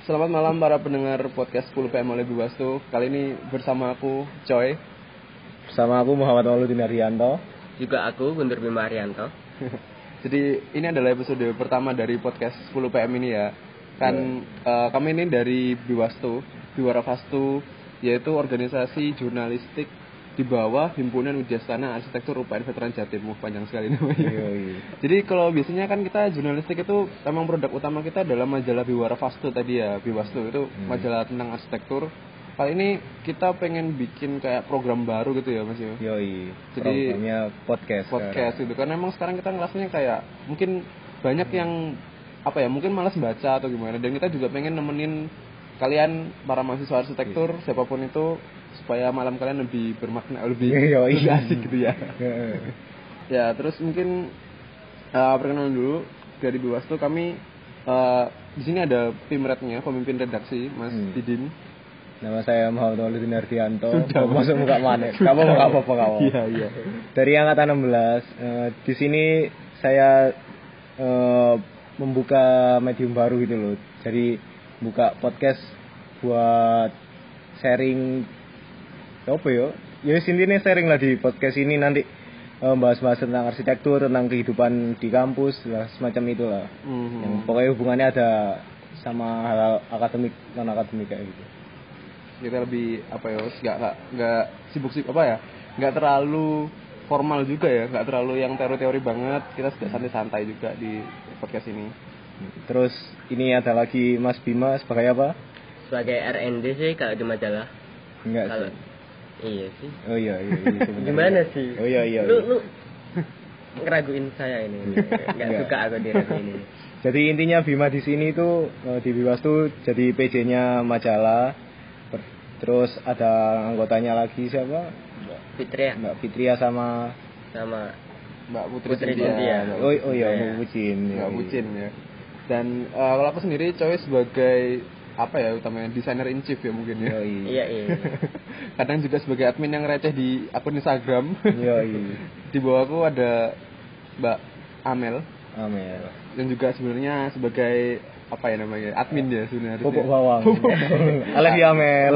Selamat malam para pendengar podcast 10 PM oleh Biwastu. Kali ini bersama aku, Coy. Bersama aku, Muhammad Mauludin Haryanto. Juga aku, Guntur Bima Haryanto. Jadi ini adalah episode pertama dari podcast 10 PM ini ya. Kami ini dari Biwastu, Biwarafastu, yaitu organisasi jurnalistik di bawah Himpunan Widyastana Arsitektur UPN Veteran Jatim. Panjang sekali namanya. Jadi kalau biasanya kan kita jurnalistik itu memang produk utama kita adalah majalah Biwarafastu tadi ya, Biwastu itu majalah tentang arsitektur. Kali ini kita pengen bikin kayak program baru gitu ya Mas yo. Jadi programnya podcast gitu. Karena emang sekarang kita ngerasanya kayak mungkin banyak yang mungkin malas baca atau gimana, dan kita juga pengen nemenin kalian para mahasiswa arsitektur siapapun itu supaya malam kalian lebih bermakna, lebih asik gitu ya. Ya, terus mungkin perkenalan dulu dari Biwastu. Kami di sini ada pimretnya, pemimpin redaksi Mas Didin. Nama saya Muhammad Mauludin Haryanto. Masuk muka mana? Kamu mau apa? Iya. Dari angkatan 16. Di sini saya membuka medium baru gitu loh. Jadi buka podcast buat sharing apa ya? Ya intinya sharing lah di podcast ini, nanti bahas-bahas tentang arsitektur, tentang kehidupan di kampus lah, semacam itulah. Yang pokoknya hubungannya ada sama hal akademik, non akademik kayak gitu. Kita lebih nggak sibuk-sibuk nggak terlalu formal juga ya, nggak terlalu yang teori-teori banget. Kita sudah santai-santai juga di podcast ini. Terus ini ada lagi Mas Bima sebagai apa? Sebagai R&D sih kalau di majalah. Enggak kalau, sih. Iya sih. Oh iya. Gimana sih? Oh iya. Lu ngeraguin saya ini. Enggak suka aku diraguin ini. Jadi intinya Bima di sini itu di Biwastu jadi PJ-nya majalah. Terus ada anggotanya lagi siapa? Mbak Fitria sama Mbak Putri Cynthia. Oh iya, Mbak Pucin. Mbak Pucin ya. Dan kalau aku sendiri Coy sebagai utamanya desainer in chief ya mungkin ya. Iya. Kadang juga sebagai admin yang receh di akun Instagram. Iya. Di bawahku ada Mbak Amel. Dan juga sebenarnya sebagai admin ya sebenarnya. Pupuk bawang. Alef Amel.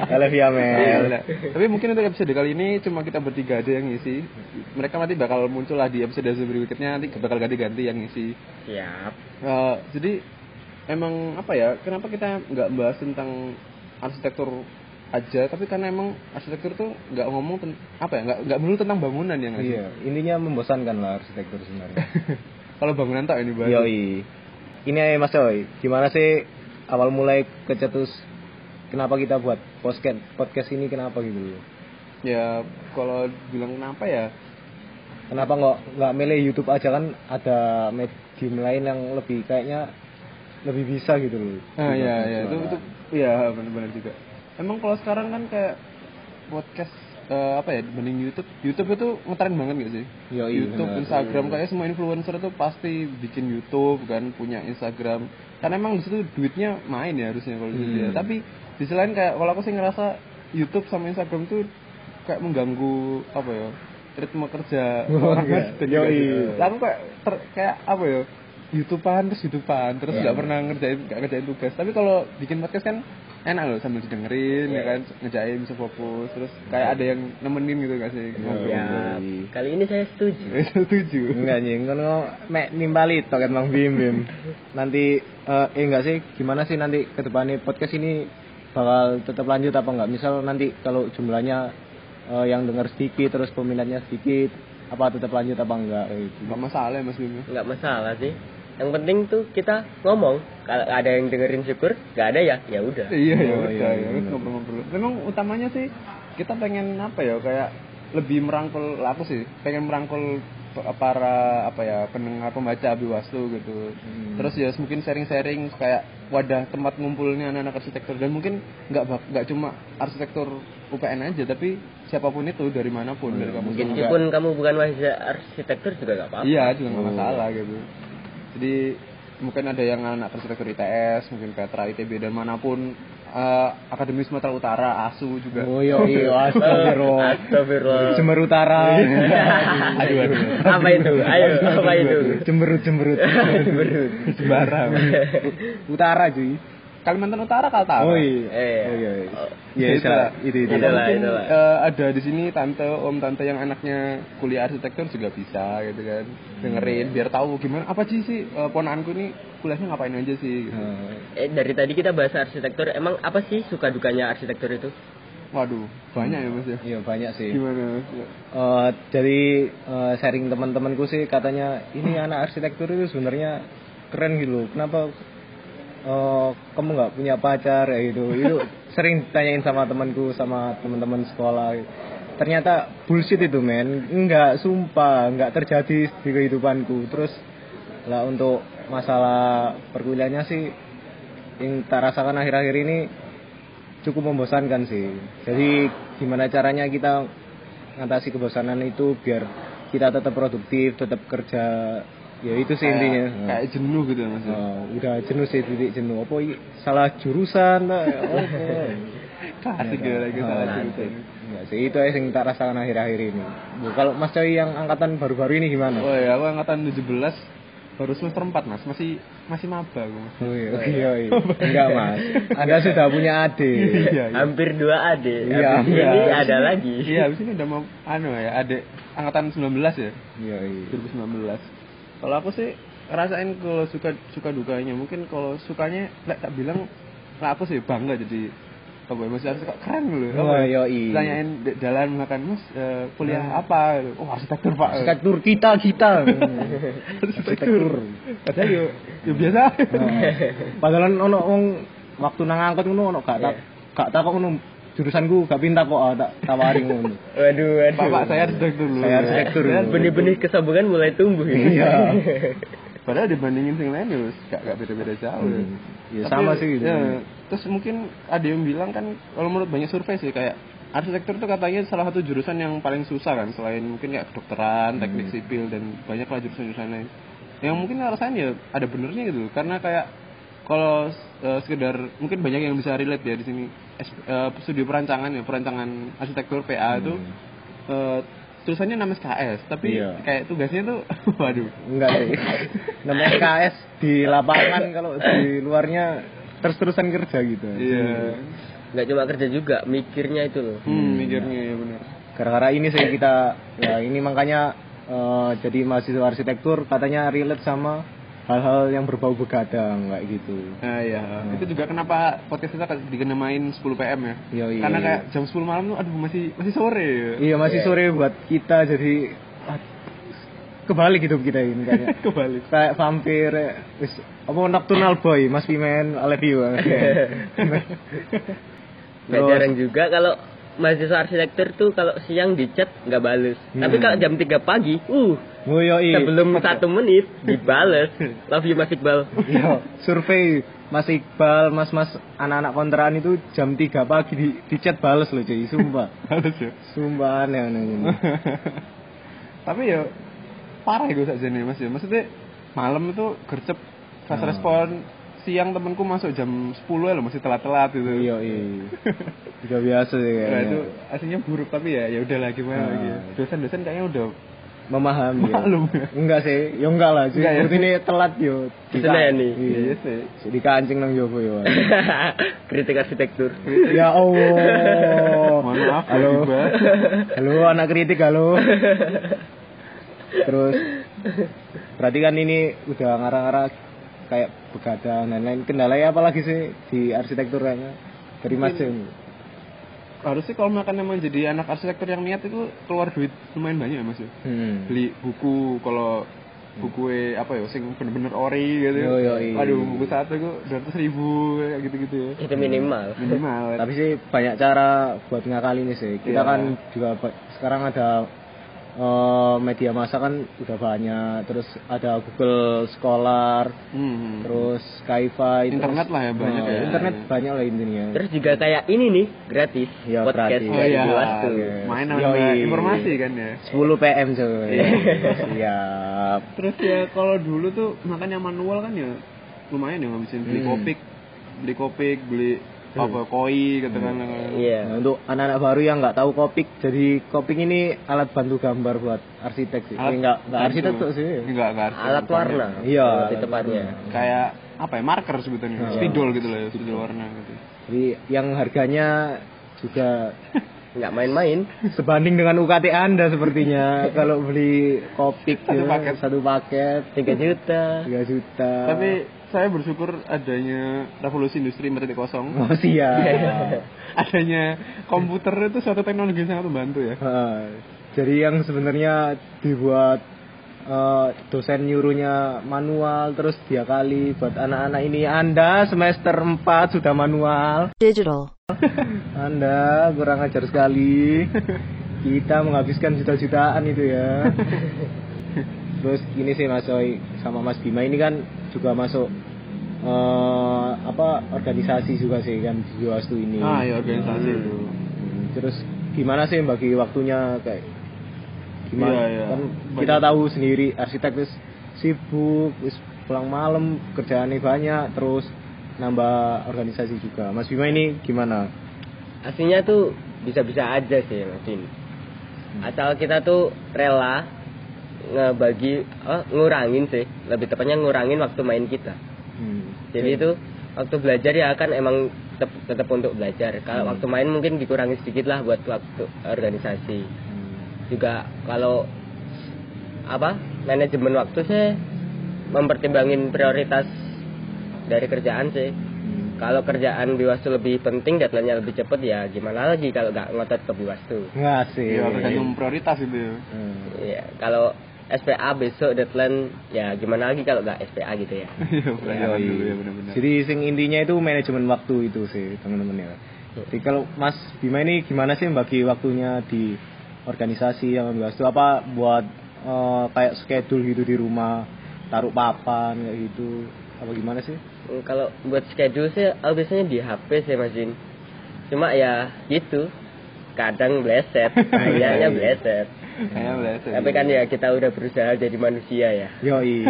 Tapi mungkin untuk episode kali ini cuma kita bertiga aja yang ngisi. Mereka nanti bakal muncul lah di episode berikutnya, nanti bakal ganti-ganti yang ngisi. Siap. Jadi emang kenapa kita nggak bahas tentang arsitektur aja, tapi karena emang arsitektur tuh nggak ngomong nggak melulu tentang bangunan yang iya, intinya membosankan lah arsitektur sebenarnya. Kalau bangunan tak ini bahas. Ini Mas Coy, gimana sih awal mulai kecetus kenapa kita buat podcast ini, kenapa gitu? Ya kalau bilang kenapa ya, kenapa nggak milih YouTube aja, kan ada medium lain yang lebih bisa gitu loh. Itu ya benar-benar juga. Emang kalau sekarang kan kayak podcast dibanding YouTube itu ngetren banget gak sih? YouTube, bener. Instagram, kayak semua influencer tuh pasti bikin YouTube kan, punya Instagram. Karena emang di situ duitnya main ya harusnya kalau gitu ya. Tapi di selain kayak kalau aku sih ngerasa YouTube sama Instagram tuh kayak mengganggu ritme kerja orang gitu. Lalu kayak YouTubean terus nggak pernah ngerjain tugas. Tapi kalau bikin podcast kan enak loh, sambil didengerin ya kan, ngerjain bisa fokus, terus kayak ada yang nemenin gitu gak sih? Ya, kali ini saya setuju. Enggak ngono mek nimbali tok Mang Bim. Nanti enggak sih, gimana sih nanti ke depannya podcast ini bakal tetap lanjut apa enggak? Misal nanti kalau jumlahnya yang denger sedikit terus peminatnya sedikit, apa tetap lanjut apa enggak? Enggak masalah ya Mas Bim. Enggak masalah sih. Yang penting tuh kita ngomong. Kalau ada yang dengerin syukur, nggak ada ya udah. Iya, ngobrol-ngobrol. Memang utamanya sih kita pengen kayak lebih merangkul, aku sih pengen merangkul para pendengar pembaca Biwastu gitu. Terus ya mungkin sharing-sharing kayak wadah tempat ngumpulnya anak-anak arsitektur, dan mungkin nggak cuma arsitektur UPN aja, tapi siapapun itu dari manapun, dari kampus. Meskipun kamu bukan mahasiswa arsitektur juga nggak apa-apa. Iya, juga nggak masalah gitu. Jadi mungkin ada yang anak arsitektur ITS, mungkin Petra, ITB, dan manapun, Akademi Sumatera Utara, ASU juga. Oh iya, astagfirullah. Jember Utara. Aduh. Apa itu? Jemberut. Jembara. Utara cuy. Kalimantan Utara, Kaltara. Oh iya. Ya Itulah. itu. Atau mungkin Itulah. ada di sini tante yang anaknya kuliah arsitektur juga bisa gitu kan, dengerin biar tahu gimana apa sih ponakanku ini kuliahnya ngapain aja sih gitu. Dari tadi kita bahas arsitektur, emang apa sih suka dukanya arsitektur itu? Waduh, banyak ya Mas ya. Iya banyak sih. Gimana Mas? Dari sharing teman-temanku sih katanya ini anak arsitektur itu sebenarnya keren gitu loh. Kenapa kamu nggak punya pacar ya gitu? Itu sering ditanyain sama temanku sama teman-teman sekolah. Ternyata bullshit itu men, sumpah nggak terjadi di kehidupanku. Terus lah untuk masalah perkuliahannya sih yang tak rasakan akhir-akhir ini cukup membosankan sih. Jadi gimana caranya kita ngatasi kebosanan itu biar kita tetap produktif, tetap kerja. Ya itu sih intinya. Kayak jenuh gitu Mas. Udah jenuh sih, titik jenuh. Apa salah jurusan? Kasih lagi salah jurusan. Enggak sih, itu yang tak rasakan akhir-akhir ini. Kalau Mas Coy yang angkatan baru-baru ini gimana? Oh ya, aku angkatan 17 baru semester 4 Mas, masih maba aku. Oh iya. Enggak Mas. Anda sudah punya adik. Iya. Hampir 2 adik. Iya, Ini ada lagi. Iya, habis ini udah mau adik angkatan 19 ya. Iya. 2019. Kalau aku sih ngerasain kalau suka dukanya, mungkin kalau sukanya tak bilang aku sih bangga jadi masih harus keren dulu. Tanyain jalan makan Mas kuliah apa? Oh arsitektur Pak. Arsitektur kita. Arsitektur. Padahal yo biasa. Padahal ono wong waktu nang angkot ngono ono gak tak kok ngono jurusanku gak pinta kok tak tawarin ngono. Waduh. Pak saya arsitektur dulu. Saya arsitektur. Benih-benih kesombongan mulai tumbuh ini. Iya. Padahal dibandingin yang lain ya gak beda-beda jauh. Ya sama sih gitu. Ya, terus mungkin ada yang bilang kan kalau menurut banyak survei sih kayak arsitektur itu katanya salah satu jurusan yang paling susah kan selain mungkin kayak kedokteran, teknik sipil dan banyak lah jurusan-jurusan lain. Yang mungkin rasanya ya ada benernya gitu karena kayak kalau sekedar mungkin banyak yang bisa relate ya di sini studio perancangan arsitektur PA itu tulisannya nama SKS tapi kayak tugasnya tuh waduh enggak sih nama SKS di lapangan kalau di luarnya terus-terusan kerja gitu. Iya. Enggak cuma kerja juga, mikirnya itu loh. Mikirnya ya benar. Gara-gara ini sih kita ya ini makanya jadi mahasiswa arsitektur katanya relate sama hal-hal yang berbau begadang kayak gitu. Nah iya, itu juga kenapa podcast kita dikenamain 10 PM ya. Iya. Karena kayak jam 10 malam tuh aduh masih sore. Iya, masih sore buat kita jadi kebalik hidup kita ini kayaknya. Kebalik. Kayak vampir wis apa nocturnal boy, Mas Pimen, I love you. Nggak jarang juga kalau mahasiswa arsitektur tuh kalau siang di chat nggak bales. Tapi kalau jam 3 pagi, sebelum 1 menit dibales. Love you Mas Iqbal. Iya, survei Mas Iqbal, mas anak-anak kontrakan itu jam 3 pagi di chat bales loh cuy, sumpah. Bales ya. Sumpah aneh ini. Tapi ya parah ya gue saja nih Mas ya. Maksudnya malam itu gercep fast respon. Siang temanku masuk jam 10 ya loh masih telat-telat gitu. Iya. Udah biasa sih kayaknya. Nah, itu aslinya buruk tapi ya udah lagi gimana lagi. Dosen-dosen kayaknya udah memahami. Maklum. Enggak sih, ya enggak lah. Enggak ya. Ini telat yo. Seneni. Iya sih. Dikancing nang jowo yo. Kritik arsitektur. Ya Allah. Mohon maaf. Halo anak kritik halo. Terus berarti kan ini udah ngarang-ngarang kayak begadang dan lain kendalanya apa lagi sih di arsitektur kayaknya dari Mas Jem? Harusnya kalau memang jadi anak arsitektur yang niat itu keluar duit lumayan banyak ya Mas ya. Beli buku kalau buku apa ya sing bener-bener ori gitu. Aduh buku satu itu 200.000 kayak gitu-gitu ya. Itu minimal. Tapi sih banyak cara buat ngakalin sih. Kita kan juga sekarang ada media massa kan udah banyak, terus ada Google Scholar, terus Skyfi, internet lah ya banyak ya. Internet banyak lah intinya. Terus juga kayak ini nih gratis ya, podcast gratis. Jelas tuh. Main informasi kan ya. 10 PM coy. Siap. Terus ya kalau dulu tuh makanya manual kan ya lumayan ya ngabisin beli kopik, beli apa koi katakan. Iya. Nah, untuk anak-anak baru yang nggak tahu kopik, jadi kopik ini alat bantu gambar buat arsitek sih. Enggak arsitek tuh sih. Enggak arsitek. Alat warna. Iya, lebih tepatnya. Kayak apa ya, marker sebutannya, spidol gitu loh ya, spidol warna gitu. Jadi yang harganya juga nggak main-main, sebanding dengan UKT Anda sepertinya. Kalau beli Kopik satu paket 3 juta. Tapi saya bersyukur adanya revolusi industri 4.0. Oh siap. Adanya komputer itu suatu teknologi yang sangat membantu ya. Jadi yang sebenarnya dibuat dosen nyuruhnya manual terus dia kali buat anak-anak ini, Anda semester 4 sudah manual. Digital. Anda kurang ajar sekali. Kita menghabiskan juta-jutaan itu ya. Terus ini sih Mas Choi sama Mas Bima ini kan juga masuk organisasi juga sih kan di Biwastu ini. Ya organisasi itu. Terus gimana sih bagi waktunya kayak gimana? Iya. Kan kita tahu sendiri arsitek terus sibuk, terus pulang malam kerjaannya banyak, terus nambah organisasi juga. Mas Bima ini gimana? Aslinya tuh bisa-bisa aja sih Mas Din. Asal kita tuh rela ngurangin sih, lebih tepatnya ngurangin waktu main kita. Jadi itu waktu belajar ya kan emang tetap untuk belajar. Kalau waktu main mungkin dikurangi sedikit lah buat waktu organisasi. Juga kalau manajemen waktu sih mempertimbangin prioritas dari kerjaan sih. Kalau kerjaan Biwastu lebih penting, deadline-nya lebih cepat ya gimana lagi kalau nggak ngotot ke Biwastu. Nggak sih. Ya tergantung prioritas itu ya. Iya, kalau SPA besok deadline ya gimana lagi kalau nggak SPA gitu ya. Iya benar-benar. Jadi intinya itu manajemen waktu itu sih teman-teman ya. Jadi kalau Mas Bima ini gimana sih bagi waktunya di organisasi yang Biwastu, apa buat kayak schedule gitu di rumah, taruh papan kayak gitu, apa gimana sih? Kalau buat schedule sih biasanya di HP sih Mas Jin. Cuma ya gitu, kadang bleset, kayaknya bleset. Tapi kan ya kita udah berusaha jadi manusia ya. Yoi.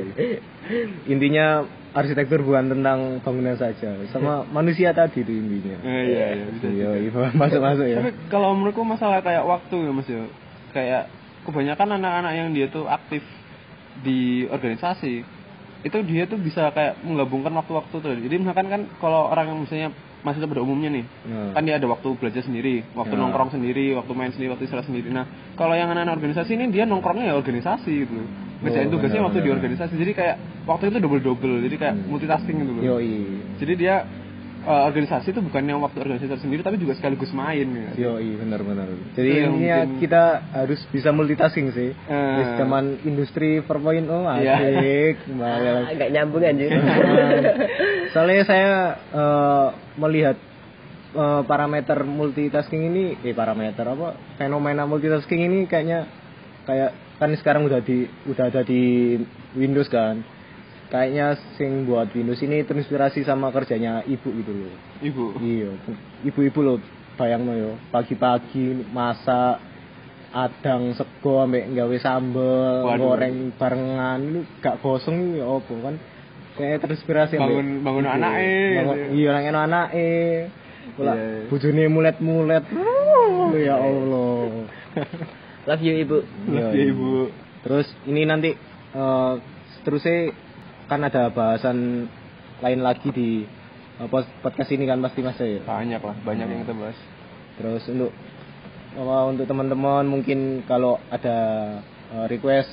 Intinya arsitektur bukan tentang bangunan saja, sama manusia tadi itu intinya. Iya bisa. Yoi, masuk ya. Tapi kalau menurutku masalah kayak waktu ya Mas ya, kayak kebanyakan anak-anak yang dia tuh aktif di organisasi itu dia tuh bisa kayak menggabungkan waktu-waktu tuh. Jadi misalkan kan kalau orang yang misalnya mahasiswa pada umumnya nih, kan dia ada waktu belajar sendiri, waktu nongkrong sendiri, waktu main sendiri, waktu istirahat sendiri. Nah, kalau yang anak-anak organisasi ini dia nongkrongnya ya organisasi gitu. Ngerjain tugasnya waktu di organisasi. Jadi kayak waktu itu double-double. Jadi kayak multitasking gitu loh. Jadi dia organisasi itu bukan yang waktu organisasi sendiri tapi juga sekaligus main gitu. Yoi, benar-benar. Jadi intinya kita harus bisa multitasking sih. Di zaman industri 4.0 asik. Agak nyambung anjir. Soalnya saya melihat parameter multitasking ini, fenomena multitasking ini kayak kan sekarang udah ada di Windows kan. Kayaknya sing buat Windows ini terinspirasi sama kerjanya ibu gitu loh. Ibu? Iya, ibu-ibu loh, bayangno yo, pagi-pagi masak adang sego ambek gawe sambel, goreng barengan, lu gak gosong ya opo kan. Kayak terinspirasi bangun anake. Iya, nang anake. Pula bojone mulet-mulet. Ya Allah. Love you ibu. Love you ibu. Terus ini nanti seterusnya kan ada bahasan lain lagi di podcast ini kan pasti Mas ya. Banyak yang kita bahas. Terus untuk teman-teman mungkin kalau ada request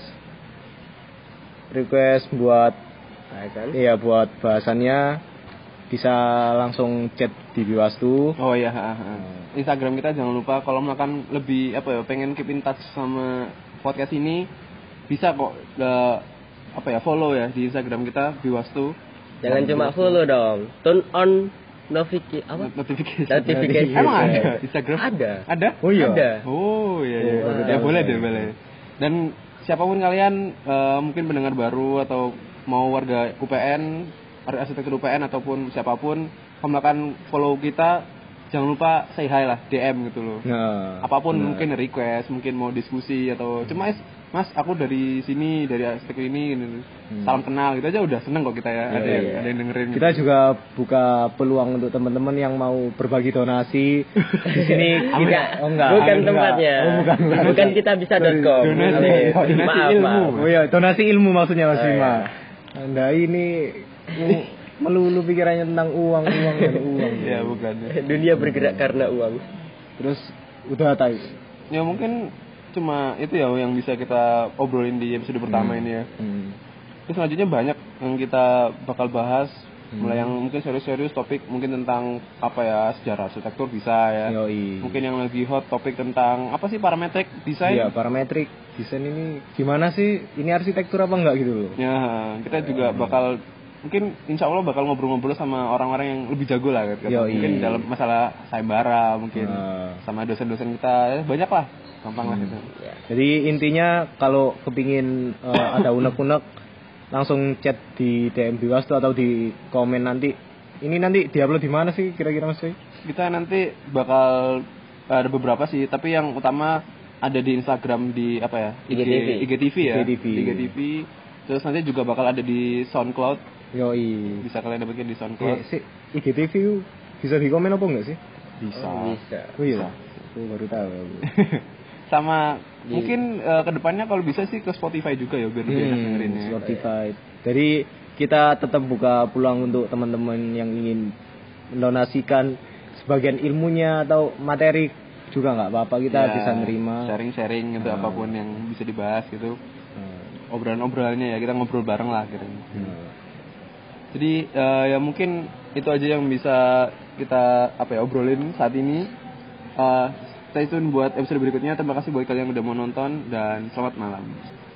buat buat bahasannya bisa langsung chat di Biwastu. Oh iya, Instagram kita jangan lupa kalau misalkan lebih pengen keep in touch sama podcast ini bisa kok follow ya di Instagram kita Biwastu. Jangan cuma follow dong, turn on notification. Emang ada Instagram? Ada? Oh iya. Ada. Oh iya. Ya boleh. Dan siapapun kalian mungkin pendengar baru atau mau warga UPN, arsitektur UPN ataupun siapapun, kamu akan follow kita, jangan lupa say hi lah, DM gitu loh. Apapun mungkin request, mungkin mau diskusi atau cuma Mas, aku dari sini, dari arsitektur ini, salam kenal gitu aja udah seneng kok kita ya. Ada yang dengerin. Kita gitu. Juga buka peluang untuk teman-teman yang mau berbagi donasi di sini. Bukan tempatnya. Bukan kita bisa.com. Donasi ilmu. Maaf. Oh iya, donasi ilmu maksudnya Mas Bima. Anda ini melulu pikirannya tentang uang dan uang. Ya bukan. Dunia bergerak karena uang. Terus udah tahu. Ya mungkin cuma itu ya yang bisa kita obrolin di episode pertama ini ya. Terus selanjutnya banyak yang kita bakal bahas, mulai yang mungkin serius-serius topik mungkin tentang apa ya, sejarah arsitektur bisa ya. Yoi. Mungkin yang lagi hot topik tentang apa sih, parametrik desain. Iya, parametrik desain ini gimana sih? Ini arsitektur apa enggak gitu loh. Ya, kita juga bakal mungkin insya Allah bakal ngobrol-ngobrol sama orang-orang yang lebih jago lah gitu. Mungkin dalam masalah sayembara mungkin sama dosen-dosen kita ya, banyak lah, gampang lah gitu. Jadi intinya kalau kepingin ada unek-unek langsung chat di DM Biwastu atau di komen nanti. Ini nanti diupload di mana sih kira-kira Mas Roy? Kita nanti bakal ada beberapa sih, tapi yang utama ada di Instagram di apa ya? IGTV ya. IGTV. Terus nanti juga bakal ada di SoundCloud. Yoi. Bisa kalian dapetin di SoundCloud. IGTV bisa di komen apa enggak sih? Bisa. Oh iya. Aku baru tahu. Sama mungkin kedepannya kalau bisa sih ke Spotify juga ya biar lebih enak dengerinnya. Spotify. Jadi kita tetap buka peluang untuk teman-teman yang ingin mendonasikan sebagian ilmunya atau materi juga nggak apa-apa, kita bisa nerima. Sharing untuk apapun yang bisa dibahas gitu. Obrolan-obrolannya ya kita ngobrol bareng lah gitu. Jadi ya mungkin itu aja yang bisa kita obrolin saat ini. Stay tune buat episode berikutnya. Terima kasih buat kalian yang udah mau nonton dan selamat malam.